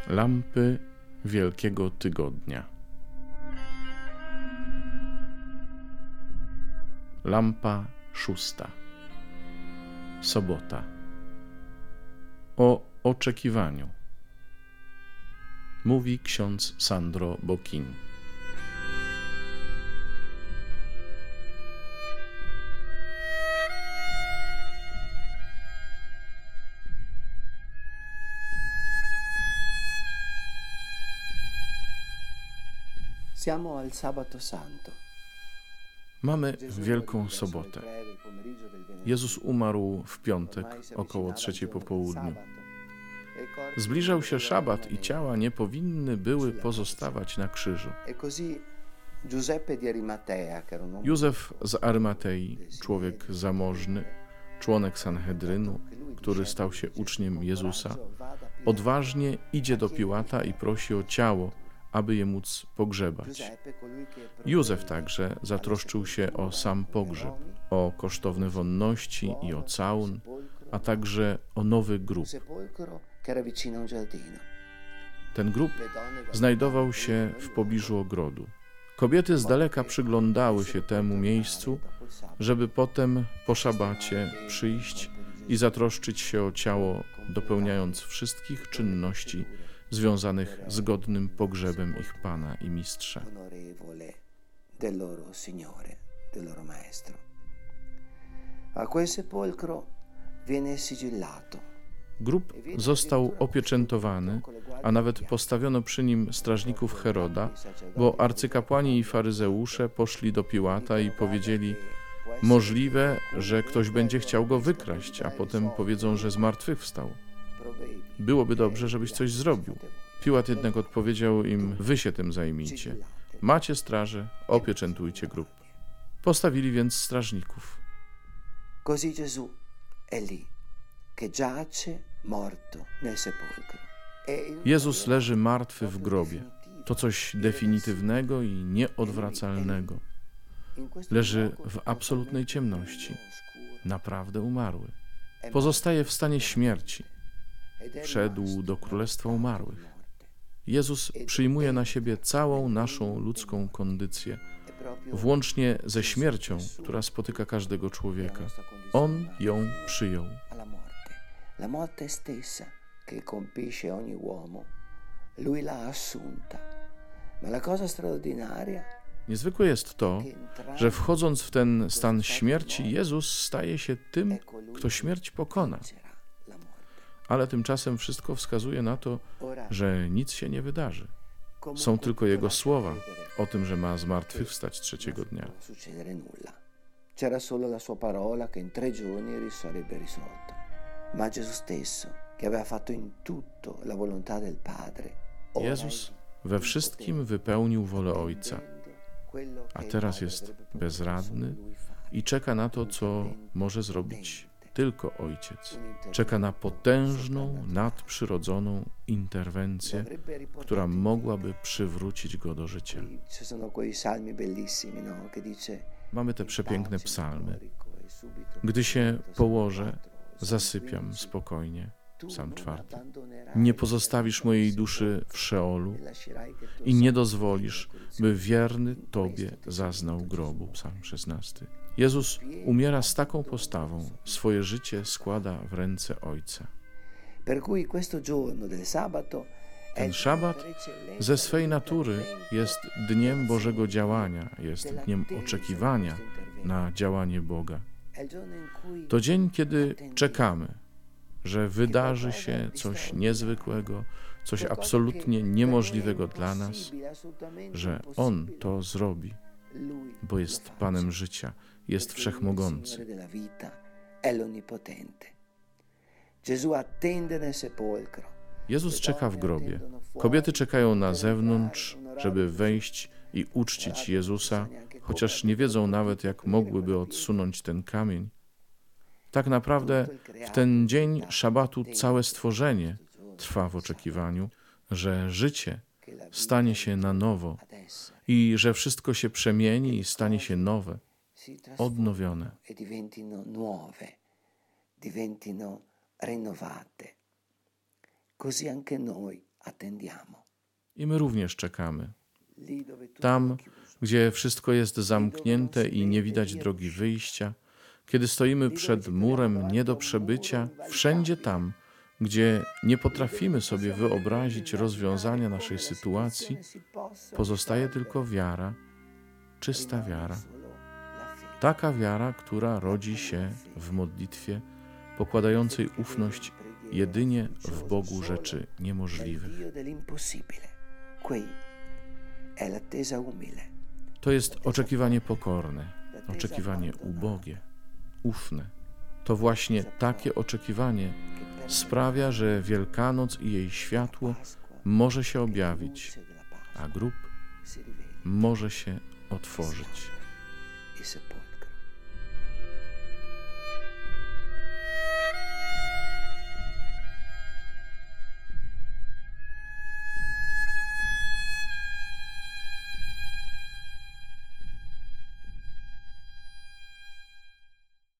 Lampy Wielkiego Tygodnia. Lampa 6. Sobota. O oczekiwaniu. Mówi ksiądz Sandro Bocchini. Siamo al Sabato Santo. Mamy Wielką Sobotę. Jezus umarł w piątek około 3 po południu. Zbliżał się szabat i ciała nie powinny były pozostawać na krzyżu. Józef z Arymatei, człowiek zamożny, członek Sanhedrynu, który stał się uczniem Jezusa, odważnie idzie do Piłata i prosi o ciało, aby je móc pogrzebać. Józef także zatroszczył się o sam pogrzeb, o kosztowne wonności i o całun, a także o nowy grób. Ten grób znajdował się w pobliżu ogrodu. Kobiety z daleka przyglądały się temu miejscu, żeby potem po szabacie przyjść i zatroszczyć się o ciało, dopełniając wszystkich czynności związanych z godnym pogrzebem ich Pana i Mistrza. Grób został opieczętowany, a nawet postawiono przy nim strażników Heroda, bo arcykapłani i faryzeusze poszli do Piłata i powiedzieli: możliwe, że ktoś będzie chciał go wykraść, a potem powiedzą, że zmartwychwstał. Byłoby dobrze, żebyś coś zrobił. Piłat jednak odpowiedział im: wy się tym zajmijcie. Macie straże, opieczętujcie grób. Postawili więc strażników. Così Gesù è lì, che giace morto nel sepolcro. Jezus leży martwy w grobie. To coś definitywnego i nieodwracalnego. Leży w absolutnej ciemności. Naprawdę umarły. Pozostaje w stanie śmierci. Wszedł do Królestwa Umarłych. Jezus przyjmuje na siebie całą naszą ludzką kondycję, włącznie ze śmiercią, która spotyka każdego człowieka. On ją przyjął. La morte stessa che colpisce ogni uomo, lui l'ha assunta. Ma la cosa straordinaria. Niezwykłe jest to, że wchodząc w ten stan śmierci, Jezus staje się tym, kto śmierć pokona. Ale tymczasem wszystko wskazuje na to, że nic się nie wydarzy. Są tylko Jego słowa o tym, że ma zmartwychwstać trzeciego dnia. C'era solo la sua parola che in 3 giorni sarebbe risolto. Ma Gesù stesso, che aveva fatto in tutto la volontà del Padre. Jezus we wszystkim wypełnił wolę Ojca, a teraz jest bezradny i czeka na to, co może zrobić tylko Ojciec. Czeka na potężną, nadprzyrodzoną interwencję, która mogłaby przywrócić Go do życia. Mamy te przepiękne psalmy. Gdy się położę, zasypiam spokojnie. Psalm 4. Nie pozostawisz mojej duszy w Szeolu i nie dozwolisz, by wierny Tobie zaznał grobu. Psalm 16. Jezus umiera z taką postawą, swoje życie składa w ręce Ojca. Ten szabat ze swej natury jest dniem Bożego działania, jest dniem oczekiwania na działanie Boga. To dzień, kiedy czekamy, że wydarzy się coś niezwykłego, coś absolutnie niemożliwego dla nas, że On to zrobi, bo jest Panem życia, jest wszechmogący. Jezus czeka w grobie. Kobiety czekają na zewnątrz, żeby wejść i uczcić Jezusa, chociaż nie wiedzą nawet, jak mogłyby odsunąć ten kamień. Tak naprawdę w ten dzień szabatu całe stworzenie trwa w oczekiwaniu, że życie stanie się na nowo i że wszystko się przemieni i stanie się nowe, odnowione. Così anche noi attendiamo. I my również czekamy. Lì dove tutto Tam, è chiuso. gdzie wszystko jest zamknięte i nie widać drogi wyjścia, kiedy stoimy przed murem nie do przebycia, wszędzie tam, gdzie nie potrafimy sobie wyobrazić rozwiązania naszej sytuacji, pozostaje tylko wiara, czysta wiara. Taka wiara, która rodzi się w modlitwie, pokładającej ufność jedynie w Bogu rzeczy niemożliwych. To jest oczekiwanie pokorne, oczekiwanie ubogie, ufne. To właśnie takie oczekiwanie sprawia, że Wielkanoc i jej światło może się objawić, a grób może się otworzyć. E sepolcro.